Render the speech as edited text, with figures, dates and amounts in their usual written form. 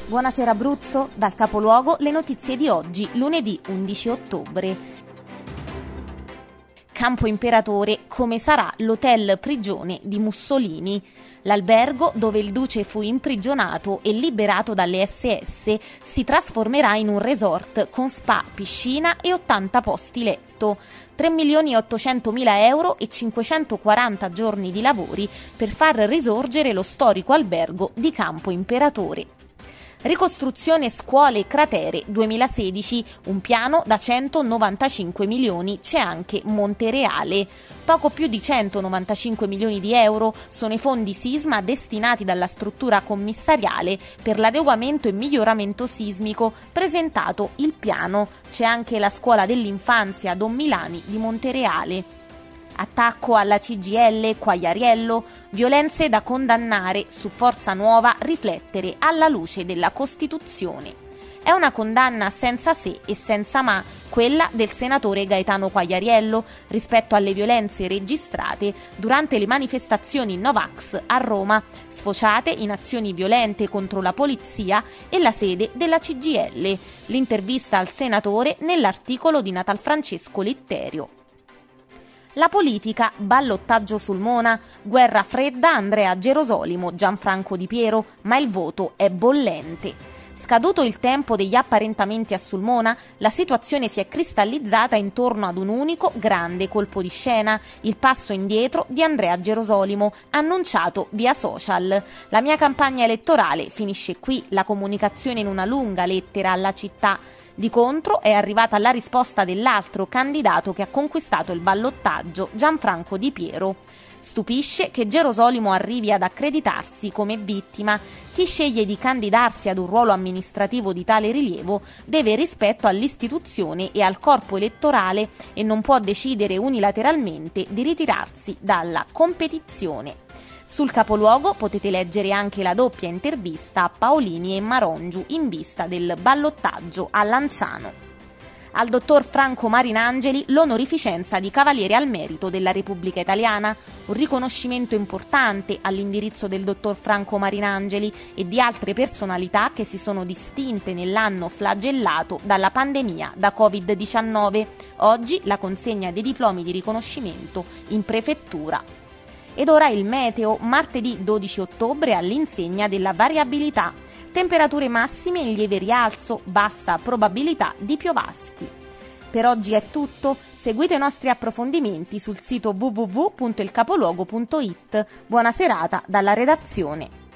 Buonasera Abruzzo, dal capoluogo le notizie di oggi, lunedì 11 ottobre. Campo Imperatore, come sarà l'hotel prigione di Mussolini. L'albergo dove il duce fu imprigionato e liberato dalle SS si trasformerà in un resort con spa, piscina e 80 posti letto. 3.800.000 euro e 540 giorni di lavori per far risorgere lo storico albergo di Campo Imperatore. Ricostruzione scuole e cratere 2016, un piano da 195 milioni, c'è anche Montereale. Poco più di 195 milioni di euro sono i fondi sisma destinati dalla struttura commissariale per l'adeguamento e miglioramento sismico, presentato il piano. C'è anche la scuola dell'infanzia Don Milani di Montereale. Attacco alla CGIL, Quagliariello, violenze da condannare, su Forza Nuova riflettere alla luce della Costituzione. È una condanna senza se e senza ma quella del senatore Gaetano Quagliariello rispetto alle violenze registrate durante le manifestazioni Novax a Roma, sfociate in azioni violente contro la polizia e la sede della CGIL. L'intervista al senatore nell'articolo di Natalfrancesco Litterio. La politica, ballottaggio Sulmona, guerra fredda Andrea Gerosolimo, Gianfranco Di Piero, ma il voto è bollente. Scaduto il tempo degli apparentamenti a Sulmona, la situazione si è cristallizzata intorno ad un unico grande colpo di scena, il passo indietro di Andrea Gerosolimo, annunciato via social. La mia campagna elettorale finisce qui, la comunicazione in una lunga lettera alla città. Di contro è arrivata la risposta dell'altro candidato che ha conquistato il ballottaggio, Gianfranco Di Piero. Stupisce che Gerosolimo arrivi ad accreditarsi come vittima. Chi sceglie di candidarsi ad un ruolo amministrativo di tale rilievo deve rispetto all'istituzione e al corpo elettorale e non può decidere unilateralmente di ritirarsi dalla competizione. Sul capoluogo potete leggere anche la doppia intervista a Paolini e Marongiu in vista del ballottaggio a Lanciano. Al dottor Franco Marinangeli l'onorificenza di Cavaliere al Merito della Repubblica Italiana, un riconoscimento importante all'indirizzo del dottor Franco Marinangeli e di altre personalità che si sono distinte nell'anno flagellato dalla pandemia da Covid-19. Oggi la consegna dei diplomi di riconoscimento in prefettura. Ed ora il meteo, martedì 12 ottobre all'insegna della variabilità. Temperature massime in lieve rialzo, bassa probabilità di piovaschi. Per oggi è tutto, seguite i nostri approfondimenti sul sito www.ilcapoluogo.it. Buona serata dalla redazione.